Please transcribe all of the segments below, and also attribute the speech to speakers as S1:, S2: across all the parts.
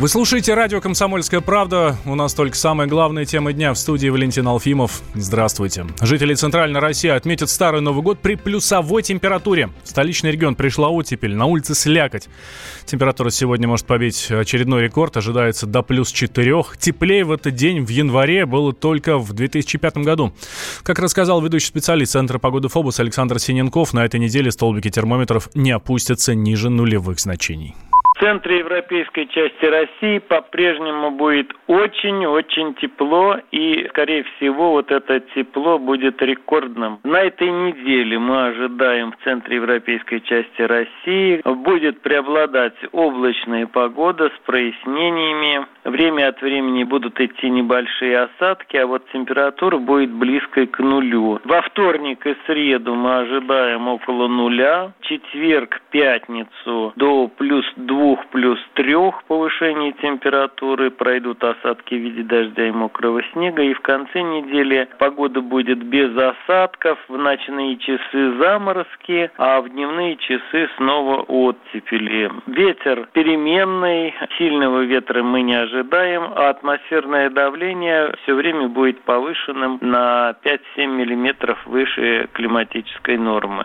S1: Вы слушаете радио «Комсомольская правда». У нас только самые главные темы дня. В студии Валентин Алфимов. Здравствуйте. Жители Центральной России отметят Старый Новый год при плюсовой температуре. В столичный регион пришла оттепель, на улице слякоть. Температура сегодня может побить очередной рекорд. Ожидается до плюс 4. Теплее в этот день в январе было только в 2005 году. Как рассказал ведущий специалист Центра погоды ФОБУС Александр Синенков, на этой неделе столбики термометров не опустятся ниже нулевых значений.
S2: В центре европейской части России по-прежнему будет очень-очень тепло, и, скорее всего, вот это тепло будет рекордным. На этой неделе мы ожидаем в центре европейской части России будет преобладать облачная погода с прояснениями. Время от времени будут идти небольшие осадки, а вот температура будет близкой к нулю. Во вторник и среду мы ожидаем около нуля. Четверг, пятницу до плюс 2, плюс 3 повышения температуры. Пройдут осадки в виде дождя и мокрого снега. И в конце недели погода будет без осадков. В ночные часы заморозки, а в дневные часы снова оттепели. Ветер переменный, сильного ветра мы не ожидаем, а атмосферное давление все время будет повышенным на 5-7 миллиметров выше климатической нормы.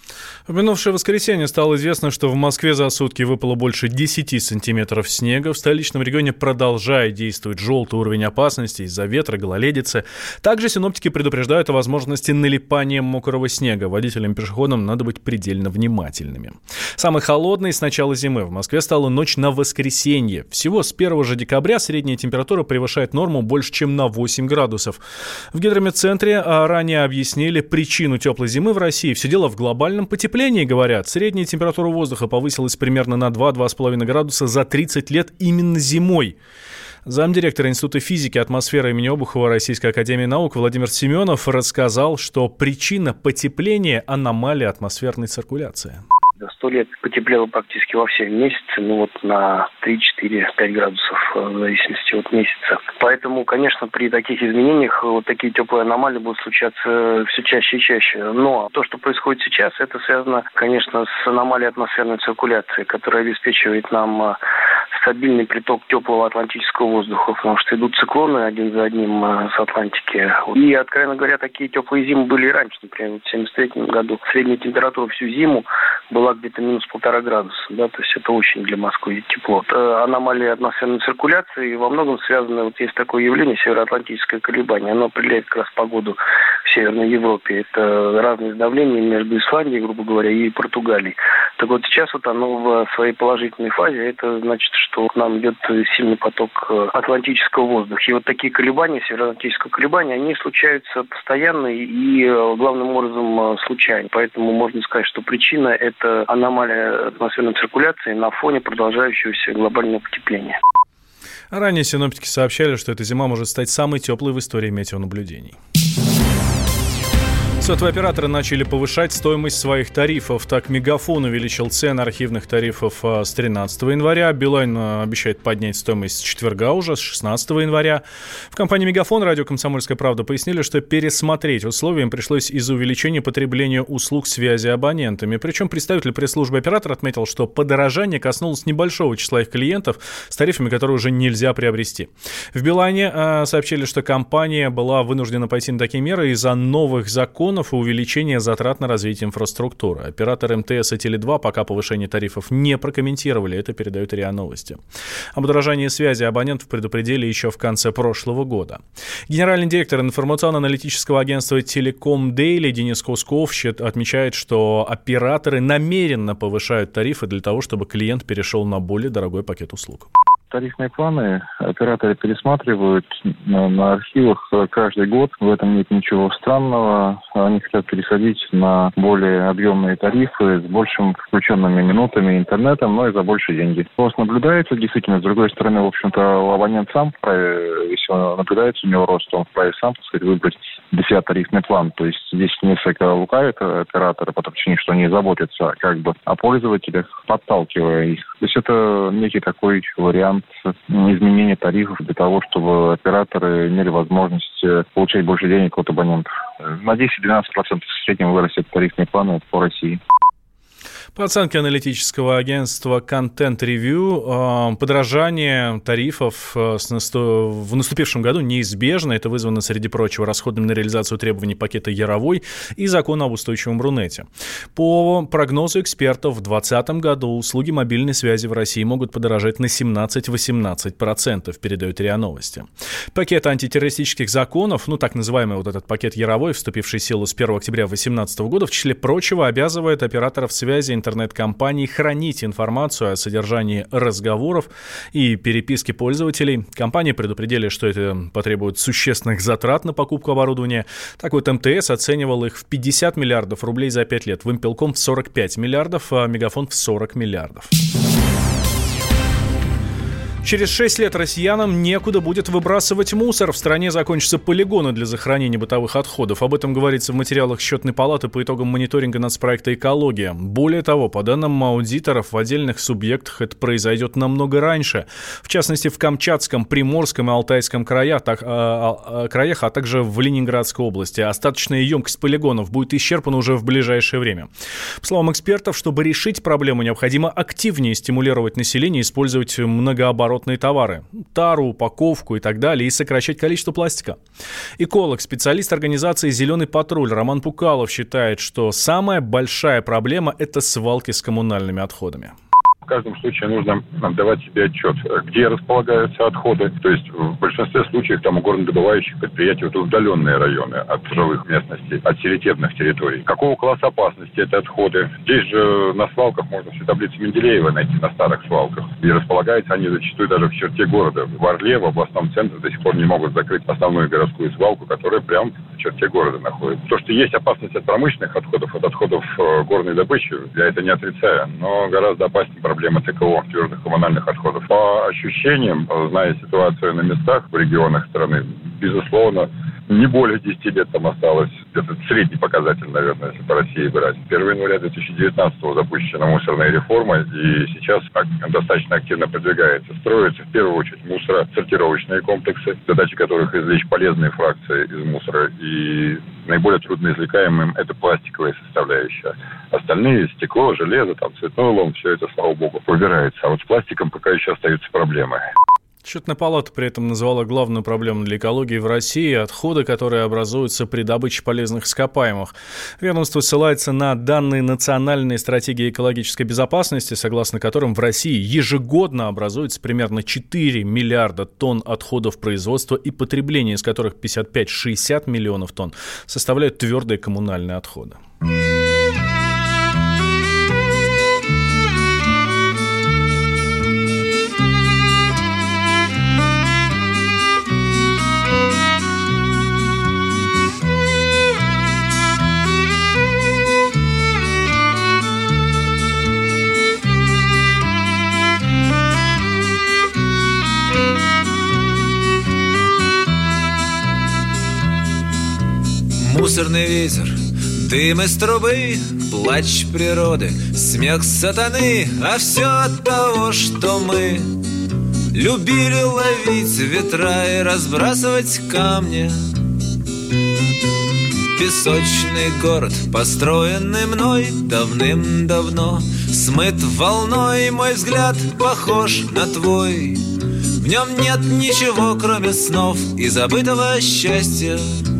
S1: В минувшее воскресенье стало известно, что в Москве за сутки выпало больше 10 сантиметров снега. В столичном регионе продолжает действовать желтый уровень опасности из-за ветра, гололедицы. Также синоптики предупреждают о возможности налипания мокрого снега. Водителям и пешеходам надо быть предельно внимательными. Самой холодной с начала зимы в Москве стала ночь на воскресенье. Всего с 1 же декабря средняя температура превышает норму больше, чем на 8 градусов. В гидрометцентре ранее объяснили причину теплой зимы в России. Все дело в глобальном потеплении, говорят. Средняя температура воздуха повысилась примерно на 2-2,5 градуса за 30 лет именно зимой. Замдиректора Института физики и атмосферы имени Обухова Российской академии наук Владимир Семенов рассказал, что причина потепления – аномалия атмосферной циркуляции.
S3: 100 лет потеплело практически во все месяцы, на 3, 4, 5 градусов в зависимости от месяца. Поэтому, конечно, при таких изменениях вот такие теплые аномалии будут случаться все чаще и чаще. Но то, что происходит сейчас, это связано, конечно, с аномалией атмосферной циркуляции, которая обеспечивает нам стабильный приток теплого атлантического воздуха, потому что идут циклоны один за одним с Атлантики. И, откровенно говоря, такие теплые зимы были и раньше. Например, в 1973 году средняя температура всю зиму была где-то минус 1,5 градуса. Да, то есть это очень для Москвы тепло. Это аномалия атмосферной циркуляции, и во многом связано, есть такое явление, североатлантическое колебание. Оно определяет как раз погоду в Северной Европе. Это разные давления между Исландией, грубо говоря, и Португалией. Так вот сейчас оно в своей положительной фазе. Это значит, что к нам идет сильный поток атлантического воздуха. И вот такие колебания, североатлантического колебания, они случаются постоянно и главным образом случайно. Поэтому можно сказать, что причина – это аномалия атмосферной циркуляции на фоне продолжающегося глобального потепления.
S1: Ранее синоптики сообщали, что эта зима может стать самой теплой в истории метеонаблюдений. Сотовые операторы начали повышать стоимость своих тарифов. Так, Мегафон увеличил цены архивных тарифов с 13 января. Билайн обещает поднять стоимость с четверга уже, с 16 января. В компании Мегафон радио «Комсомольская правда» пояснили, что пересмотреть условия им пришлось из-за увеличения потребления услуг связи абонентами. Причем представитель пресс-службы оператора отметил, что подорожание коснулось небольшого числа их клиентов с тарифами, которые уже нельзя приобрести. В Билайне сообщили, что компания была вынуждена пойти на такие меры из-за новых законов и увеличение затрат на развитие инфраструктуры. Операторы МТС и Теле2 пока повышение тарифов не прокомментировали, это передают РИА Новости. Об удорожании связи абонентов предупредили еще в конце прошлого года. Генеральный директор информационно-аналитического агентства «Телеком Дейли» Денис Кусков отмечает, что операторы намеренно повышают тарифы для того, чтобы клиент перешел на более дорогой пакет услуг.
S4: Тарифные планы операторы пересматривают на архивах каждый год. В этом нет ничего странного. Они хотят переходить на более объемные тарифы с большим включенными минутами интернетом, но и за большие деньги. Рост наблюдается действительно. С другой стороны, в общем-то, абонент сам вправе, если он наблюдается у него рост, он вправе сам, так сказать, выбрать для себя тарифный план. То есть здесь несколько лукавят операторы по той причине, что они заботятся как бы о пользователях, подталкивая их. То есть это некий такой вариант изменения тарифов для того, чтобы операторы имели возможность получать больше денег от абонентов. На 10-12% в среднем вырастет тарифные планы по России.
S1: По оценке аналитического агентства Content Review, подорожание тарифов в наступившем году неизбежно. Это вызвано, среди прочего, расходом на реализацию требований пакета Яровой и закона об устойчивом Рунете. По прогнозу экспертов, в 2020 году услуги мобильной связи в России могут подорожать на 17-18%, передает РИА Новости. Пакет антитеррористических законов, так называемый вот этот пакет Яровой, вступивший в силу с 1 октября 2018 года, в числе прочего, обязывает операторов связи интернет-компаний хранить информацию о содержании разговоров и переписки пользователей. Компании предупредили, что это потребует существенных затрат на покупку оборудования. Так вот, МТС оценивал их в 50 миллиардов рублей за 5 лет, Вимпелком в 45 миллиардов, а Мегафон в 40 миллиардов. Через 6 лет россиянам некуда будет выбрасывать мусор. В стране закончатся полигоны для захоронения бытовых отходов. Об этом говорится в материалах Счетной палаты по итогам мониторинга нацпроекта «Экология». Более того, по данным аудиторов, в отдельных субъектах это произойдет намного раньше. В частности, в Камчатском, Приморском и Алтайском краях, а также в Ленинградской области. Остаточная емкость полигонов будет исчерпана уже в ближайшее время. По словам экспертов, чтобы решить проблему, необходимо активнее стимулировать население использовать многооборотные товары, тару, упаковку и так далее, и сокращать количество пластика. Эколог, специалист организации «Зеленый патруль» Роман Пукалов считает, что самая большая проблема – это свалки с коммунальными отходами.
S5: В каждом случае нужно отдавать себе отчет, где располагаются отходы. То есть в большинстве случаев там у горнодобывающих предприятий это удаленные районы от жилых местностей, от селитетных территорий. Какого класса опасности это отходы? Здесь же на свалках можно всю таблицу Менделеева найти на старых свалках. И располагаются они зачастую даже в черте города. В Орле, в областном центре до сих пор не могут закрыть основную городскую свалку, которая прямо в черте города находится. То, что есть опасность от промышленных отходов, от отходов горной добычи, я это не отрицаю, но гораздо опаснее проблема ТКО, твердых коммунальных отходов. По ощущениям, зная ситуацию на местах в регионах страны, безусловно, не более 10 лет там осталось. Это средний показатель, наверное, если по России брать. 1 января 2019-го запущена мусорная реформа, и сейчас достаточно активно продвигается. Строятся в первую очередь мусоросортировочные комплексы, задача которых извлечь полезные фракции из мусора, и наиболее трудноизвлекаемым это пластиковая составляющая. Остальные — стекло, железо, цветной лом, все это, слава богу, убирается. А вот с пластиком пока еще остаются проблемы.
S1: Счетная палата при этом назвала главную проблему для экологии в России — отходы, которые образуются при добыче полезных ископаемых. Ведомство ссылается на данные национальной стратегии экологической безопасности, согласно которым в России ежегодно образуется примерно 4 миллиарда тонн отходов производства и потребления, из которых 55-60 миллионов тонн составляют твердые коммунальные отходы.
S6: Мусорный ветер, дым из трубы, плач природы, смех сатаны, а все от того, что мы любили ловить ветра и разбрасывать камни. Песочный город, построенный мной давным-давно, смыт волной, мой взгляд похож на твой. В нем нет ничего, кроме снов и забытого счастья.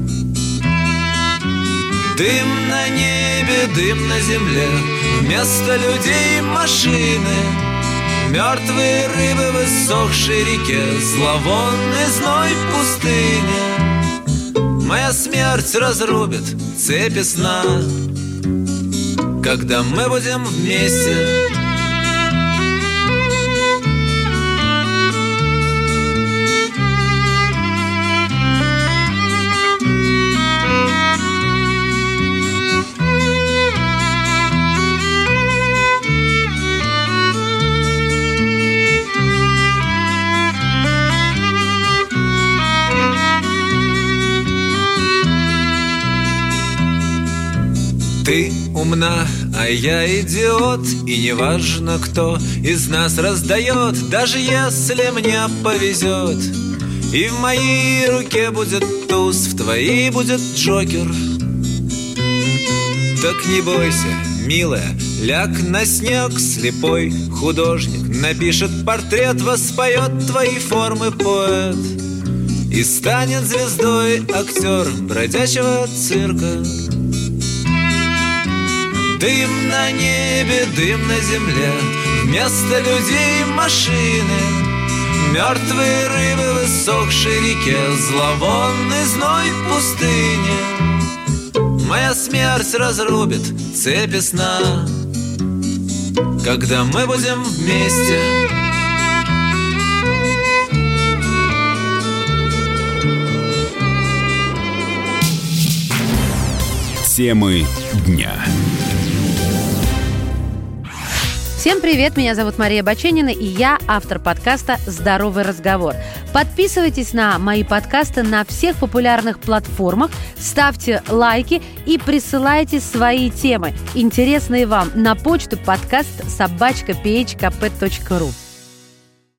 S6: Дым на небе, дым на земле, вместо людей машины, мертвые рыбы в иссохшей реке, зловонный зной в пустыне. Моя смерть разрубит цепи сна, когда мы будем вместе. Ты умна, а я идиот, и неважно, кто из нас раздает, даже если мне повезет. И в моей руке будет туз, в твоей будет джокер. Так не бойся, милая, Ляг на снег, слепой художник напишет портрет, воспоет твои формы поэт и станет звездой актер бродячего цирка. Дым на небе, дым на земле, вместо людей машины, мертвые рыбы в иссохшей реке, зловонный зной пустыни. Моя смерть разрубит цепи сна, когда мы будем вместе.
S7: Темы дня.
S8: Всем привет, меня зовут Мария Баченина, и я автор подкаста «Здоровый разговор». Подписывайтесь на мои подкасты на всех популярных платформах, ставьте лайки и присылайте свои темы, интересные вам, на почту подкаст@phkp.ru.